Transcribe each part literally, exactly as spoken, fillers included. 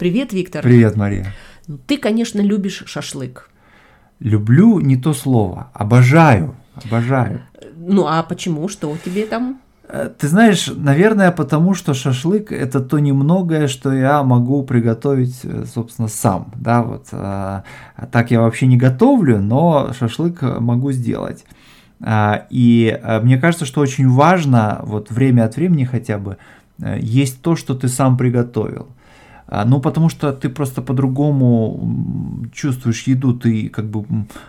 Привет, Виктор. Привет, Мария. Ты, конечно, любишь шашлык. Люблю не то слово. Обожаю. Обожаю. Ну, а почему? Что тебе там? Ты знаешь, наверное, потому что шашлык – это то немногое, что я могу приготовить, собственно, сам. Да, вот, а, так я вообще не готовлю, но шашлык могу сделать. А, и а, мне кажется, что очень важно, вот время от времени хотя бы, есть то, что ты сам приготовил. А, ну, потому что ты просто по-другому чувствуешь еду, ты как бы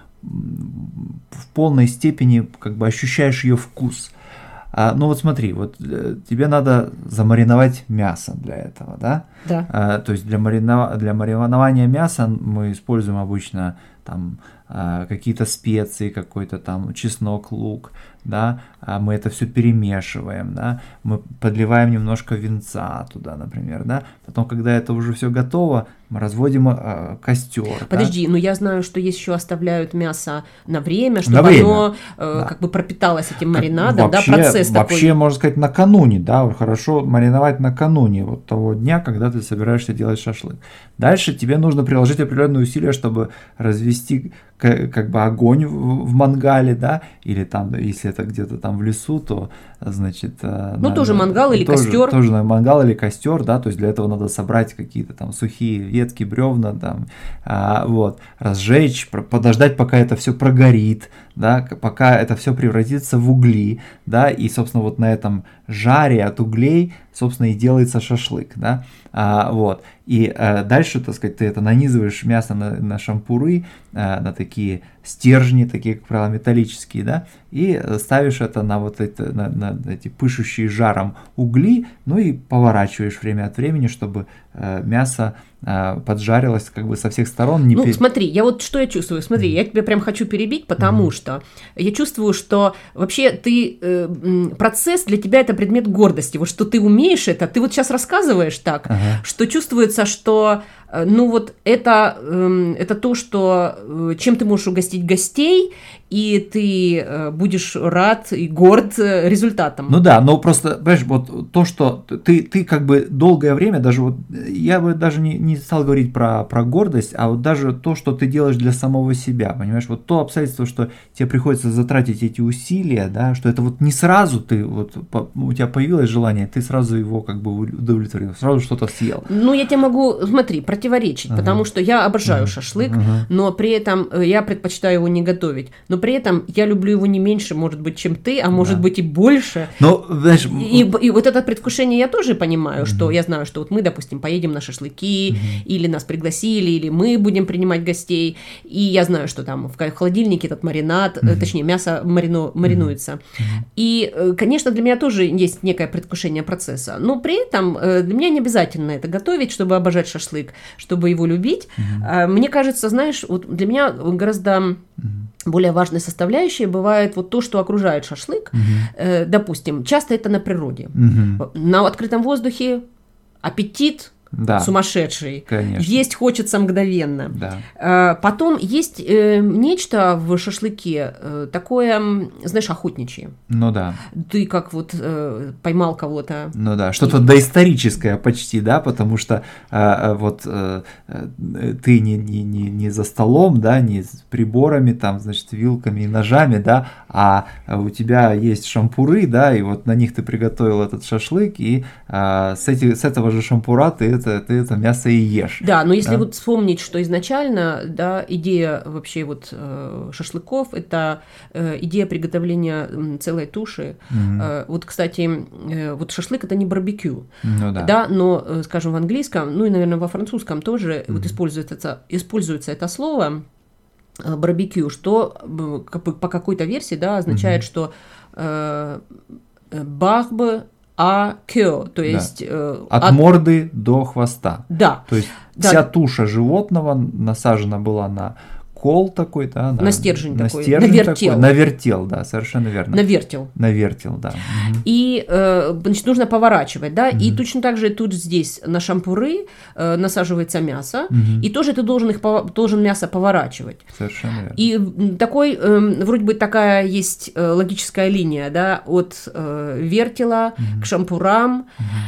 в полной степени как бы ощущаешь ее вкус. А, ну вот смотри, вот тебе надо замариновать мясо для этого, да? Да. А, то есть для, маринова- для маринования мяса мы используем обычно там а, какие-то специи, какой-то там чеснок, лук, да? А мы это все перемешиваем, да? Мы подливаем немножко винца туда, например, да? Потом, когда это уже все готово, мы разводим а, костер. Подожди, да? но я знаю, что есть еще оставляют мясо на время, чтобы на время. оно э, да. как бы пропиталось этим маринадом, вообще, да, процесс вообще, такой. Вообще, можно сказать, накануне, да, хорошо мариновать накануне вот того дня, когда ты собираешься делать шашлык. Дальше тебе нужно приложить определенные усилия, чтобы развести как бы огонь в, в мангале, да, или там, если это где-то там в лесу, то, значит... Ну, надо, тоже мангал или тоже, костер. Тоже мангал или костер, да, то есть для этого надо собрать какие-то там сухие ветки, бревна, там, а, вот, разжечь, подождать, пока это все прогорит, да, пока это все превратится в угли, да, и, собственно, вот на этом жаре от углей, собственно, и делается шашлык, да, а, вот, и а, дальше, так сказать, ты это нанизываешь мясо на, на шампуры, а, на такие стержни, такие, как правило, металлические, да, и ставишь это на вот это, на, на эти пышущие жаром угли, ну и поворачиваешь время от времени, чтобы а, мясо а, поджарилось как бы со всех сторон. Не ну, пер... смотри, я вот что я чувствую, смотри, mm-hmm. я тебя прям хочу перебить, потому mm-hmm. что я чувствую, что вообще ты, э, процесс для тебя это предмет гордости, вот что ты умеешь это, ты вот сейчас рассказываешь так, ага. что чувствуется, что, ну вот это, э, это то, что, чем ты можешь угостить гостей, и ты будешь рад и горд результатом. Ну да, но просто, понимаешь, вот то, что ты, ты как бы долгое время, даже вот, я бы даже не, не стал говорить про, про гордость, а вот даже то, что ты делаешь для самого себя, понимаешь, вот то обстоятельство, что тебе приходится затратить эти усилия, да, что это вот не сразу ты, вот у тебя появилось желание, ты сразу его как бы удовлетворил, сразу что-то съел. Ну, я тебе могу, смотри, противоречить, ага. потому что я обожаю ага. шашлык, ага. но при этом я предпочитаю его не готовить, но при этом я люблю его не меньше, может быть, чем ты, а может да. быть и больше. Но, знаешь, и, и, и вот это предвкушение я тоже понимаю, mm-hmm. что я знаю, что вот мы, допустим, поедем на шашлыки, mm-hmm. или нас пригласили, или мы будем принимать гостей, и я знаю, что там в холодильнике этот маринад, mm-hmm. точнее, мясо марино, маринуется. Mm-hmm. И, конечно, для меня тоже есть некое предвкушение процесса, но при этом для меня не обязательно это готовить, чтобы обожать шашлык, чтобы его любить. Mm-hmm. Мне кажется, знаешь, вот для меня гораздо mm-hmm. более важной составляющей бывает вот то, что окружает шашлык. Угу. Э, допустим, часто это на природе. Угу. На открытом воздухе аппетит да. сумасшедший. Конечно. Есть хочется мгновенно. Да. Э, потом есть э, нечто в шашлыке э, такое, знаешь, охотничье. Ну да. Ты как вот э, поймал кого-то. Ну да, что-то и... доисторическое почти, да, потому что э, вот э, ты не, не, не, не за столом, да, не с приборами, там, значит, вилками и ножами, да, а у тебя есть шампуры, да, и вот на них ты приготовил этот шашлык, и э, с, эти, с этого же шампура ты это, ты это мясо и ешь. Да, но если да? вот вспомнить, что изначально, да, идея вообще вот э, шашлыков, это э, идея приготовления э, целой туши. Mm-hmm. Э, вот, кстати, э, вот шашлык это не барбекю, ну, да. да, но, э, скажем, в английском, ну и, наверное, во французском тоже mm-hmm. вот используется это, используется это слово э, барбекю, что э, по какой-то версии, да, означает, mm-hmm. что э, барбе а кё, то есть... Да. Э, от, от морды до хвоста. Да. То есть да. вся туша животного насажена была на кол такой, да, на, на стержень на такой, стержень на вертел. Такой, на вертел, да, совершенно верно. На вертел. На вертел, да. Угу. И, э, значит, нужно поворачивать, да, угу. и точно так же тут здесь на шампуры э, насаживается мясо, угу. и тоже ты должен их должен мясо поворачивать. Совершенно верно. И такой, э, вроде бы такая есть э, логическая линия, да, от э, вертела угу. к шампурам. Угу.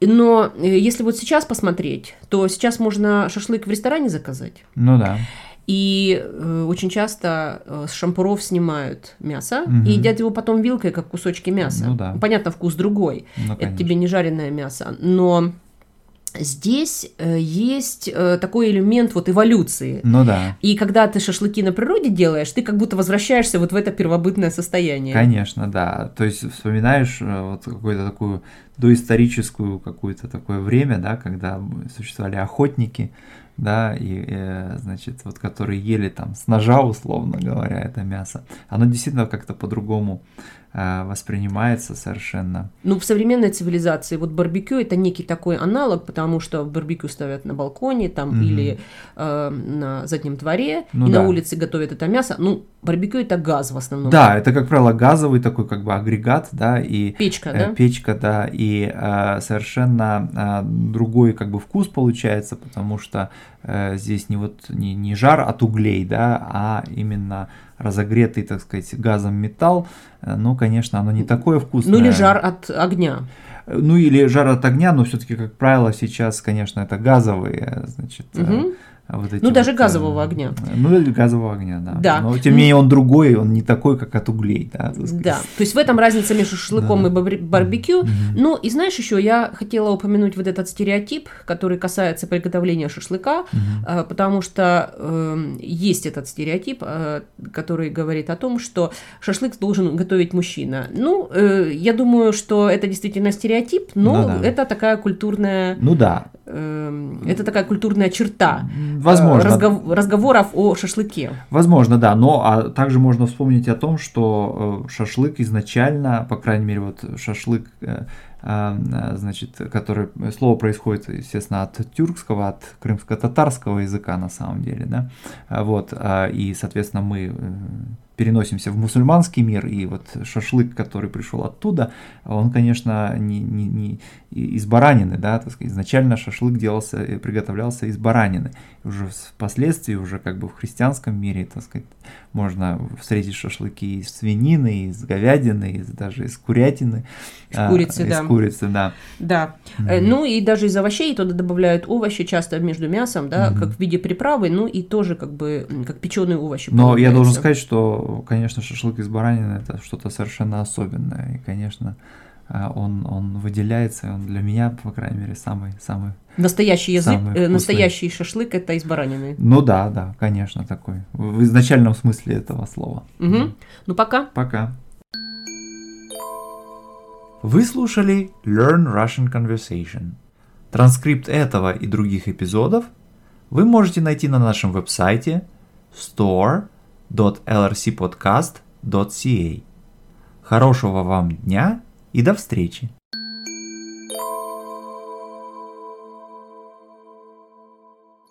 Но если вот сейчас посмотреть, то сейчас можно шашлык в ресторане заказать. Ну да. И э, очень часто э, с шампуров снимают мясо Угу. и едят его потом вилкой, как кусочки мяса. Ну да. Понятно, вкус другой. Ну, это тебе не жареное мясо. Но здесь э, есть э, такой элемент вот эволюции. Ну да. И когда ты шашлыки на природе делаешь, ты как будто возвращаешься вот в это первобытное состояние. Конечно, да. То есть вспоминаешь вот какую-то такую доисторическую какое-то такое время, да, когда существовали охотники, да, и, э, значит, вот которые ели там с ножа, условно говоря, это мясо. Оно действительно как-то по-другому э, воспринимается совершенно. Ну, в современной цивилизации вот барбекю это некий такой аналог, потому что барбекю ставят на балконе там mm-hmm. или э, на заднем дворе, ну, и да. на улице готовят это мясо. Ну, барбекю это газ в основном. Да, это, как правило, газовый такой как бы агрегат, да, и печка, э, да? Печка, да, и э, совершенно э, другой как бы вкус получается, потому что э, здесь не вот не, не жар от углей, да, а именно разогретый, так сказать, газом металл. Ну, конечно, оно не такое вкусное. Ну или жар от огня. Ну или жар от огня, но все-таки, как правило, сейчас, конечно, это газовые, значит. Угу. Вот эти ну, даже вот, газового огня. Ну, или газового огня, да. да. Но, тем не менее, он другой, он не такой, как от углей, да. Да, то есть в этом разница между шашлыком да. и барбекю. Mm-hmm. Ну, и знаешь, еще я хотела упомянуть вот этот стереотип, который касается приготовления шашлыка, mm-hmm. потому что э, есть этот стереотип, э, который говорит о том, что шашлык должен готовить мужчина. Ну, э, я думаю, что это действительно стереотип, но ну, да. это такая культурная... Ну да. Э, это такая культурная черта. Возможно. Разгов... разговоров о шашлыке. Возможно, да, но а также можно вспомнить о том, что шашлык изначально, по крайней мере, вот шашлык, значит, который, слово происходит, естественно, от тюркского, от крымско-татарского языка на самом деле, да, вот, и, соответственно, мы переносимся в мусульманский мир, и вот шашлык, который пришел оттуда, он, конечно, не, не, не из баранины, да, так сказать, изначально шашлык делался, приготовлялся из баранины, и уже впоследствии, уже как бы в христианском мире, так сказать, можно встретить шашлыки из свинины, из говядины, из, даже из курятины. Из курицы, а, да. Из курицы, да. Да, mm-hmm. ну и даже из овощей туда добавляют овощи часто между мясом, да, mm-hmm. как в виде приправы, ну и тоже как бы, как печеные овощи. Но получается. я должен сказать, что, конечно, шашлык из баранины это что-то совершенно особенное, и, конечно, он, он выделяется, и он для меня, по крайней мере, самый, самый настоящий язык, э, настоящий шашлык это из баранины. Ну да, да, конечно, такой, в изначальном смысле этого слова. Угу. Mm. Ну пока. Пока. Вы слушали Learn Russian Conversation. Транскрипт этого и других эпизодов вы можете найти на нашем веб-сайте store dot l r c podcast dot c a. Хорошего вам дня и до встречи!